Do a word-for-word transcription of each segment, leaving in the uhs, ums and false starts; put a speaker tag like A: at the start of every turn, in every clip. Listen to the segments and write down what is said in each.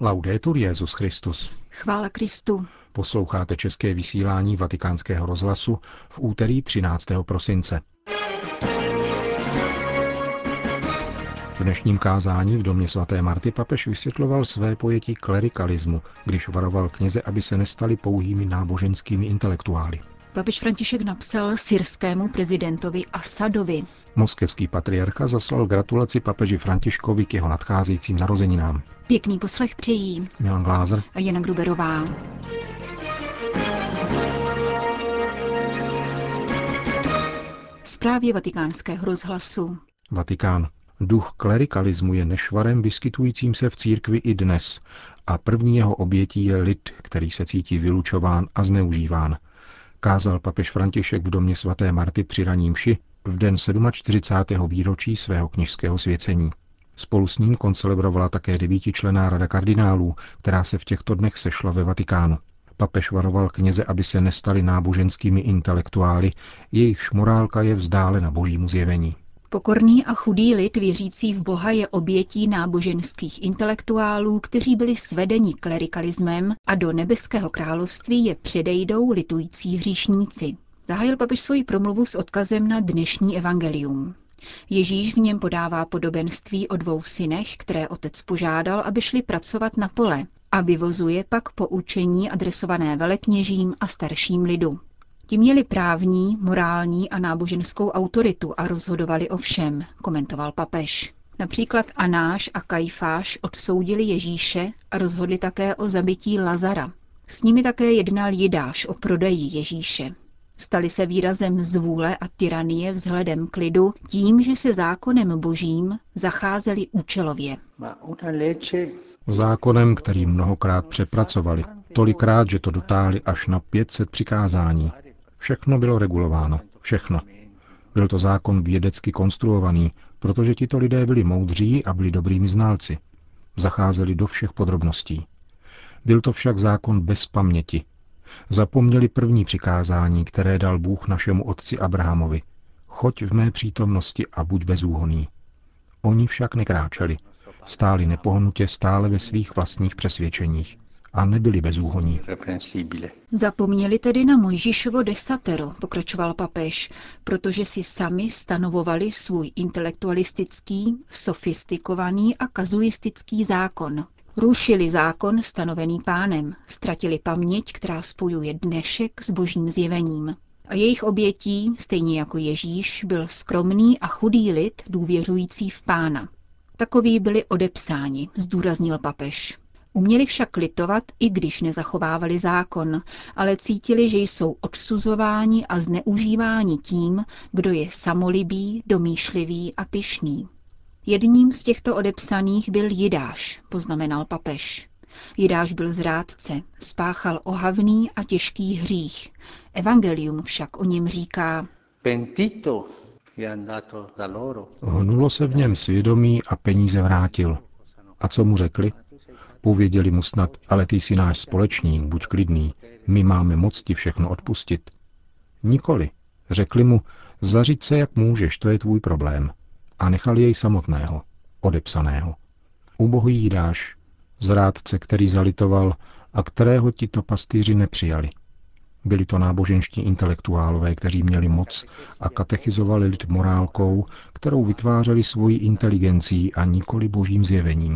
A: Laudetur Jesus Christus.
B: Chvála Kristu.
A: Posloucháte české vysílání Vatikánského rozhlasu v úterý třináctého prosince. V dnešním kázání v domě svaté Marty papež vysvětloval své pojetí klerikalismu, když varoval kněze, aby se nestali pouhými náboženskými intelektuály.
B: Papež František napsal syrskému prezidentovi Asadovi.
A: Moskevský patriarcha zaslal gratulaci papeži Františkovi k jeho nadcházejícím narozeninám.
B: Pěkný poslech přejí
A: Milan Glázer
B: a Jana Gruberová. Zprávy Vatikánského rozhlasu.
A: Vatikán. Duch klerikalismu je nešvarem vyskytujícím se v církvi i dnes a první jeho obětí je lid, který se cítí vylučován a zneužíván, kázal papež František v domě svaté Marty při raní mši v den čtyřicátého sedmého výročí svého kněžského svěcení. Spolu s ním koncelebrovala také devítičlenná rada kardinálů, která se v těchto dnech sešla ve Vatikánu. Papež varoval kněze, aby se nestali náboženskými intelektuály, jejichž morálka je vzdálena božímu zjevení.
B: Pokorný a chudý lid věřící v Boha je obětí náboženských intelektuálů, kteří byli svedeni klerikalismem a do nebeského království je předejdou litující hříšníci. Zahájil papež svoji promluvu s odkazem na dnešní evangelium. Ježíš v něm podává podobenství o dvou synech, které otec požádal, aby šli pracovat na pole, a vyvozuje pak poučení adresované velekněžím a starším lidu. Ti měli právní, morální a náboženskou autoritu a rozhodovali o všem, komentoval papež. Například Anáš a Kajfáš odsoudili Ježíše a rozhodli také o zabití Lazara. S nimi také jednal Jidáš o prodeji Ježíše. Stali se výrazem zvůle a tyranie vzhledem k lidu tím, že se zákonem božím zacházeli účelově.
A: Zákonem, který mnohokrát přepracovali, tolikrát, že to dotáhli až na pět set přikázání. Všechno bylo regulováno, všechno. Byl to zákon vědecky konstruovaný, protože tito lidé byli moudří a byli dobrými znalci. Zacházeli do všech podrobností. Byl to však zákon bez paměti. Zapomněli první přikázání, které dal Bůh našemu otci Abrahamovi. Choď v mé přítomnosti a buď bezúhonný. Oni však nekráčeli. Stáli nepohnutě stále ve svých vlastních přesvědčeních. A nebyli bezúhonní.
B: Zapomněli tedy na Mojžíšovo desatero, pokračoval papež, protože si sami stanovovali svůj intelektualistický, sofistikovaný a kazuistický zákon. Rušili zákon stanovený Pánem, ztratili paměť, která spojuje dnešek s božím zjevením. A jejich obětí, stejně jako Ježíš, byl skromný a chudý lid důvěřující v Pána. Takoví byli odepsáni, zdůraznil papež. Uměli však litovat, i když nezachovávali zákon, ale cítili, že jsou odsuzováni a zneužíváni tím, kdo je samolibý, domýšlivý a pyšný. Jedním z těchto odepsaných byl Jidáš, poznamenal papež. Jidáš byl zrádce, spáchal ohavný a těžký hřích. Evangelium však o něm říká:
A: Hnulo se v něm svědomí a peníze vrátil. A co mu řekli? Pověděli mu snad, ale ty jsi náš společník, buď klidný, my máme moc ti všechno odpustit. Nikoli. Řekli mu, zařiď se jak můžeš, to je tvůj problém. A nechali jej samotného, odepsaného. Ubohý Jidáš, zrádce, který zalitoval a kterého tito pastýři nepřijali. Byli to náboženští intelektuálové, kteří měli moc a katechizovali lid morálkou, kterou vytvářeli svojí inteligencí a nikoli božím zjevením.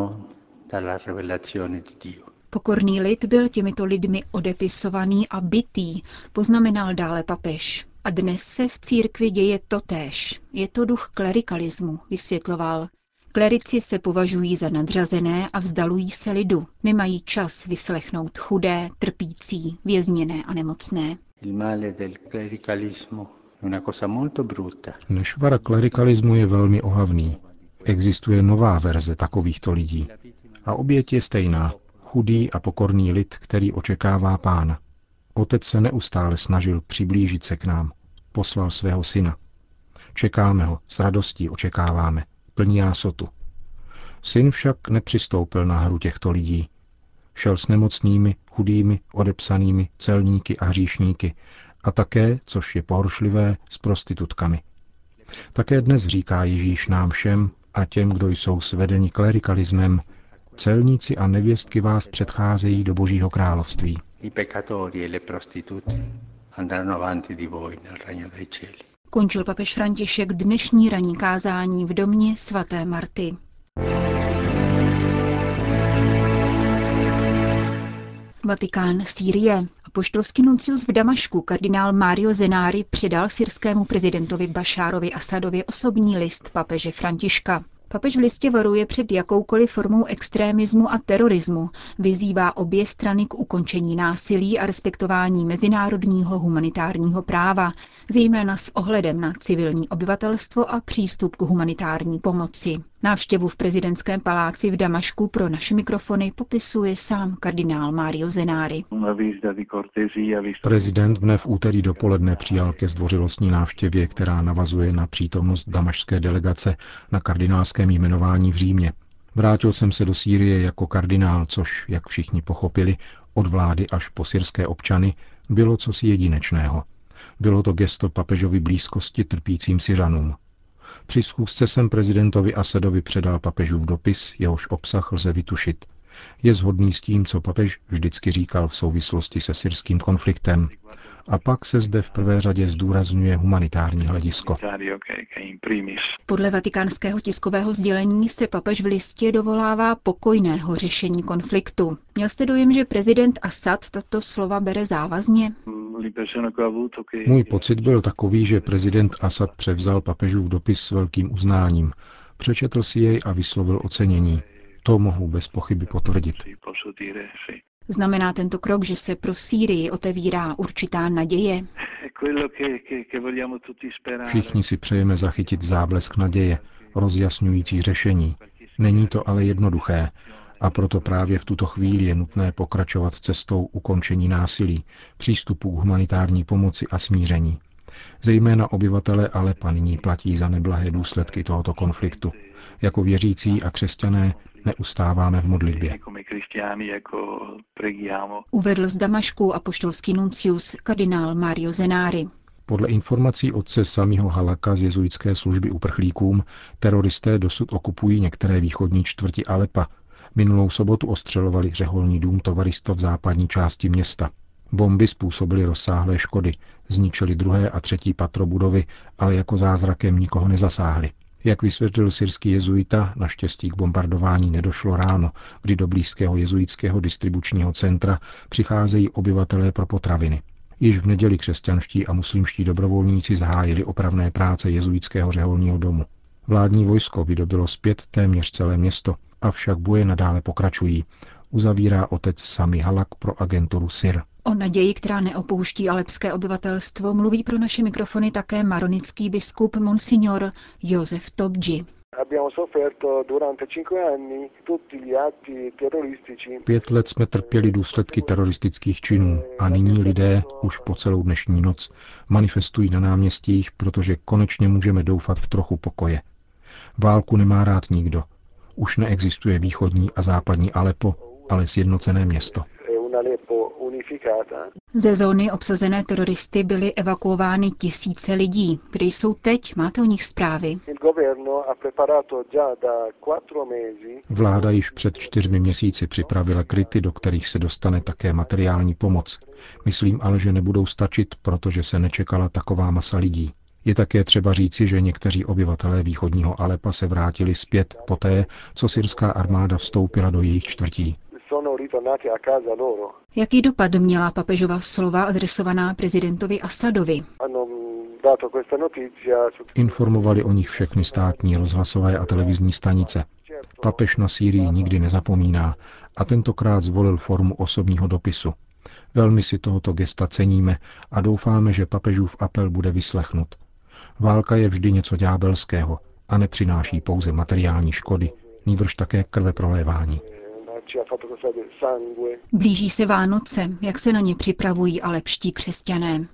B: Pokorný lid byl těmito lidmi odepisovaný a bitý, poznamenal dále papež. A dnes se v církvi děje totéž. Je to duch klerikalismu, vysvětloval. Klerici se považují za nadřazené a vzdalují se lidu. Nemají čas vyslechnout chudé, trpící, vězněné a nemocné.
A: Nešvar klerikalismu je velmi ohavný. Existuje nová verze takovýchto lidí. A oběť je stejná. Chudý a pokorný lid, který očekává Pána. Otec se neustále snažil přiblížit se k nám. Poslal svého syna. Čekáme ho, s radostí očekáváme, plní jásotu. Syn však nepřistoupil na hru těchto lidí. Šel s nemocnými, chudými, odepsanými, celníky a hříšníky a také, což je pohoršlivé, s prostitutkami. Také dnes říká Ježíš nám všem a těm, kdo jsou svedeni klerikalismem, Celníci a nevěstky vás předcházejí do Božího království.
B: Končil papež František dnešní ranní kázání v domě svaté Marty. Vatikán, Sýrie. Apoštolský nuncius v Damašku kardinál Mario Zenari předal syrskému prezidentovi Bašárovi Asadovi osobní list papeže Františka. Papež v listě varuje před jakoukoliv formou extrémismu a terorismu, vyzývá obě strany k ukončení násilí a respektování mezinárodního humanitárního práva, zejména s ohledem na civilní obyvatelstvo a přístup k humanitární pomoci. Návštěvu v prezidentském paláci v Damašku pro naše mikrofony popisuje sám kardinál Mario Zenari.
A: Prezident mne v úterý dopoledne přijal ke zdvořilostní návštěvě, která navazuje na přítomnost damašské delegace na kardinálském jmenování v Římě. Vrátil jsem se do Sýrie jako kardinál, což, jak všichni pochopili, od vlády až po syrské občany, bylo cosi jedinečného. Bylo to gesto papežovy blízkosti trpícím Syřanům. Při schůzce jsem prezidentovi Asadovi předal papežův dopis, jehož obsah lze vytušit. Je shodný s tím, co papež vždycky říkal v souvislosti se syrským konfliktem. A pak se zde v prvé řadě zdůrazňuje humanitární hledisko.
B: Podle vatikánského tiskového sdělení se papež v listě dovolává pokojného řešení konfliktu. Měl jste dojem, že prezident Asad tato slova bere závazně?
A: Můj pocit byl takový, že prezident Asad převzal papežův dopis s velkým uznáním. Přečetl si jej a vyslovil ocenění. To mohu bez pochyby potvrdit.
B: Znamená tento krok, že se pro Sýrii otevírá určitá naděje?
A: Všichni si přejeme zachytit záblesk naděje, rozjasňující řešení. Není to ale jednoduché a proto právě v tuto chvíli je nutné pokračovat cestou ukončení násilí, přístupu k humanitární pomoci a smíření. Zejména obyvatelé Alepa nyní platí za neblahé důsledky tohoto konfliktu. Jako věřící a křesťané neustáváme v modlitbě.
B: Uvedl z Damašku apoštolský nuncius kardinál Mario Zenari.
A: Podle informací otce Samiho Halaka z jezuitské služby uprchlíkům teroristé dosud okupují některé východní čtvrti Alepa. Minulou sobotu ostřelovali řeholní dům tovaristva v západní části města. Bomby způsobily rozsáhlé škody, zničily druhé a třetí patro budovy, ale jako zázrakem nikoho nezasáhly. Jak vysvětlil syrský jezuita, naštěstí k bombardování nedošlo ráno, kdy do blízkého jezuitského distribučního centra přicházejí obyvatelé pro potraviny. Již v neděli křesťanští a muslimští dobrovolníci zahájili opravné práce jezuitského řeholního domu. Vládní vojsko vydobilo zpět téměř celé město, avšak boje nadále pokračují, uzavírá otec Sami Halak pro agenturu S Y R.
B: O naději, která neopouští alepské obyvatelstvo, mluví pro naše mikrofony také maronický biskup Monsignor Josef Tobji.
A: Pět let jsme trpěli důsledky teroristických činů a nyní lidé, už po celou dnešní noc, manifestují na náměstích, protože konečně můžeme doufat v trochu pokoje. Válku nemá rád nikdo. Už neexistuje východní a západní Alepo, ale sjednocené město.
B: Ze zóny obsazené teroristy byly evakuovány tisíce lidí. Kde jsou teď? Máte o nich zprávy?
A: Vláda již před čtyřmi měsíci připravila kryty, do kterých se dostane také materiální pomoc. Myslím ale, že nebudou stačit, protože se nečekala taková masa lidí. Je také třeba říci, že někteří obyvatelé východního Alepa se vrátili zpět poté, co syrská armáda vstoupila do jejich čtvrtí.
B: Jaký dopad měla papežova slova adresovaná prezidentovi Asadovi?
A: Informovali o nich všechny státní rozhlasové a televizní stanice. Papež na Sýrii nikdy nezapomíná a tentokrát zvolil formu osobního dopisu. Velmi si tohoto gesta ceníme a doufáme, že papežův apel bude vyslechnut. Válka je vždy něco ďábelského a nepřináší pouze materiální škody, nýbrž také krveprolévání.
B: Blíží se Vánoce, jak se na ně připravují alepští křesťané?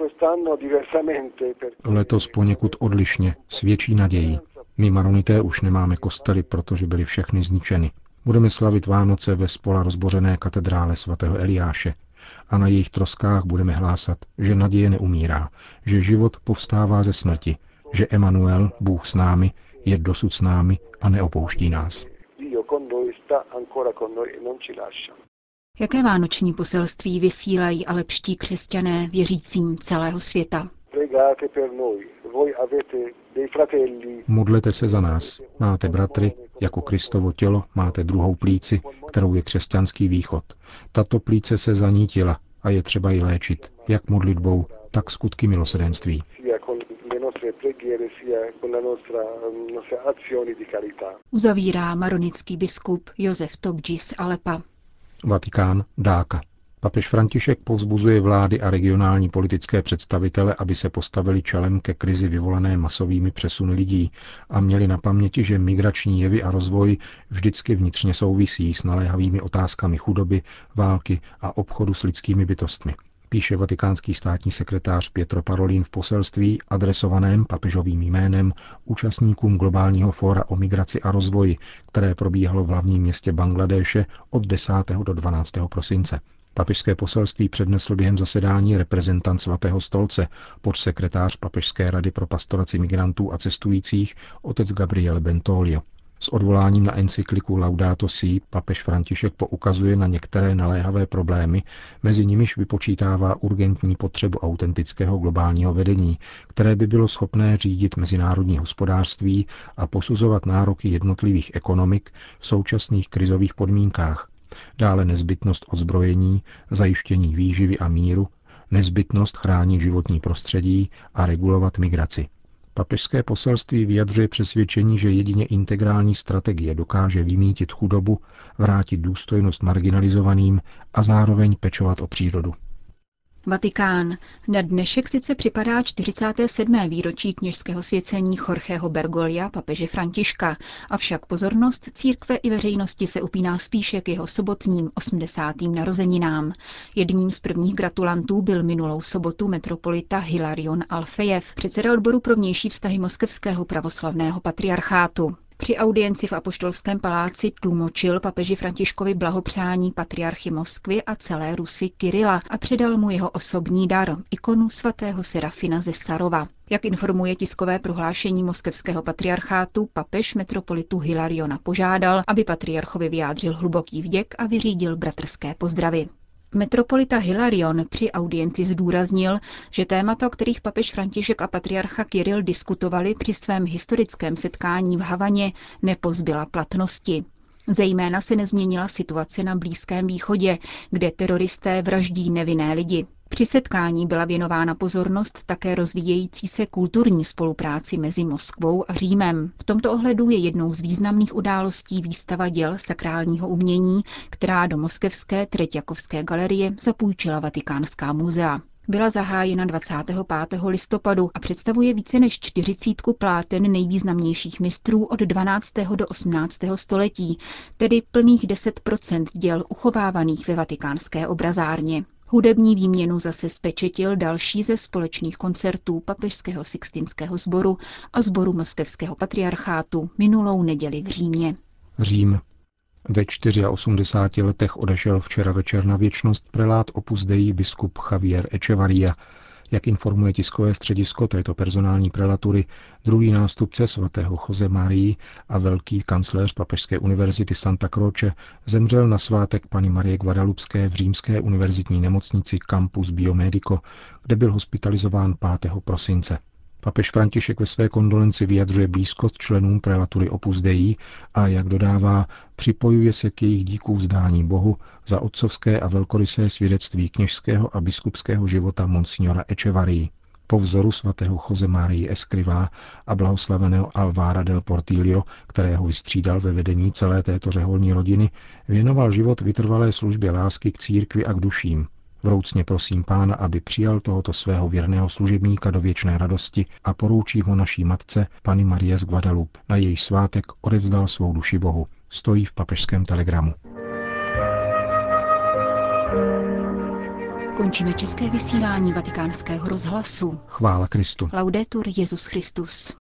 A: Letos poněkud odlišně, s větší nadějí. My maronité už nemáme kostely, protože byly všechny zničeny. Budeme slavit Vánoce ve spola rozbořené katedrále svatého Eliáše a na jejich troskách budeme hlásat, že naděje neumírá, že život povstává ze smrti, že Emanuel, Bůh s námi, je dosud s námi a neopouští nás.
B: Jaké vánoční poselství vysílají alepští křesťané věřícím celého světa?
A: Modlete se za nás. Máte bratry, jako Kristovo tělo, máte druhou plíci, kterou je křesťanský východ. Tato plíce se zanítila a je třeba ji léčit, jak modlitbou, tak skutky milosrdenství.
B: Uzavírá maronický biskup Josef Tobji z Alepa.
A: Vatikán, Dáka. Papež František povzbuzuje vlády a regionální politické představitele, aby se postavili čelem ke krizi vyvolané masovými přesuny lidí a měli na paměti, že migrační jevy a rozvoj vždycky vnitřně souvisí s naléhavými otázkami chudoby, války a obchodu s lidskými bytostmi. Píše vatikánský státní sekretář Pietro Parolin v poselství adresovaném papežovým jménem účastníkům globálního fóra o migraci a rozvoji, které probíhalo v hlavním městě Bangladéše od desátého do dvanáctého prosince. Papežské poselství přednesl během zasedání reprezentant Svatého stolce, podsekretář Papežské rady pro pastoraci migrantů a cestujících, otec Gabriele Bentolio. S odvoláním na encykliku Laudato Si papež František poukazuje na některé naléhavé problémy, mezi nimiž vypočítává urgentní potřebu autentického globálního vedení, které by bylo schopné řídit mezinárodní hospodářství a posuzovat nároky jednotlivých ekonomik v současných krizových podmínkách. Dále nezbytnost odzbrojení, zajištění výživy a míru, nezbytnost chránit životní prostředí a regulovat migraci. Papežské poselství vyjadřuje přesvědčení, že jedině integrální strategie dokáže vymýtit chudobu, vrátit důstojnost marginalizovaným a zároveň pečovat o přírodu.
B: Vatikán. Na dnešek sice připadá čtyřicáté sedmé výročí kněžského svěcení Jorgeho Bergoglia, papeže Františka, avšak pozornost církve i veřejnosti se upíná spíše k jeho sobotním osmdesátým narozeninám. Jedním z prvních gratulantů byl minulou sobotu metropolita Hilarion Alfejev, předseda odboru pro vnější vztahy Moskevského pravoslavného patriarchátu. Při audienci v Apoštolském paláci tlumočil papeži Františkovi blahopřání patriarchy Moskvy a celé Rusy Kirila a předal mu jeho osobní dar, ikonu svatého Serafina ze Sarova. Jak informuje tiskové prohlášení Moskevského patriarchátu, papež metropolitu Hilariona požádal, aby patriarchovi vyjádřil hluboký vděk a vyřídil bratrské pozdravy. Metropolita Hilarion při audienci zdůraznil, že témata, o kterých papež František a patriarcha Kiril diskutovali při svém historickém setkání v Havaně, nepozbyla platnosti. Zejména se nezměnila situace na Blízkém východě, kde teroristé vraždí nevinné lidi. Při setkání byla věnována pozornost také rozvíjející se kulturní spolupráci mezi Moskvou a Římem. V tomto ohledu je jednou z významných událostí výstava děl sakrálního umění, která do moskevské Tretjakovské galerie zapůjčila Vatikánská muzea. Byla zahájena dvacátého pátého listopadu a představuje více než čtyřicítku pláten nejvýznamnějších mistrů od dvanáctého do osmnáctého století, tedy plných deset procent děl uchovávaných ve vatikánské obrazárně. Hudební výměnu zase spečetil další ze společných koncertů Papežského Sixtinského sboru a sboru Moskevského patriarchátu minulou neděli v Římě.
A: Řím. Ve osmdesáti čtyřech letech odešel včera večer na věčnost prelát Opus Dei biskup Javier Echevarría. Jak informuje tiskové středisko této personální prelatury, druhý nástupce svatého Jose Marii a velký kancléř Papežské univerzity Santa Croce zemřel na svátek Panny Marie Guadalupské v římské univerzitní nemocnici Campus Biomedico, kde byl hospitalizován pátého prosince. Papež František ve své kondolenci vyjadřuje blízkost členům prelatury Opus Dei a, jak dodává, připojuje se k jejich díku vzdání Bohu za otcovské a velkorysé svědectví kněžského a biskupského života monsignora Echevarrii. Po vzoru svatého Jose Marii Escrivá a blahoslaveného Alvára del Portillo, kterého vystřídal ve vedení celé této řeholní rodiny, věnoval život vytrvalé službě lásky k církvi a k duším. Vroucně prosím Pána, aby přijal tohoto svého věrného služebníka do věčné radosti a poroučí ho naší matce, Panny Marie z Guadalupe. Na její svátek odevzdal svou duši Bohu. Stojí v papežském telegramu.
B: Končíme české vysílání Vatikánského rozhlasu.
A: Chvála Kristu.
B: Laudetur Jesus Christus.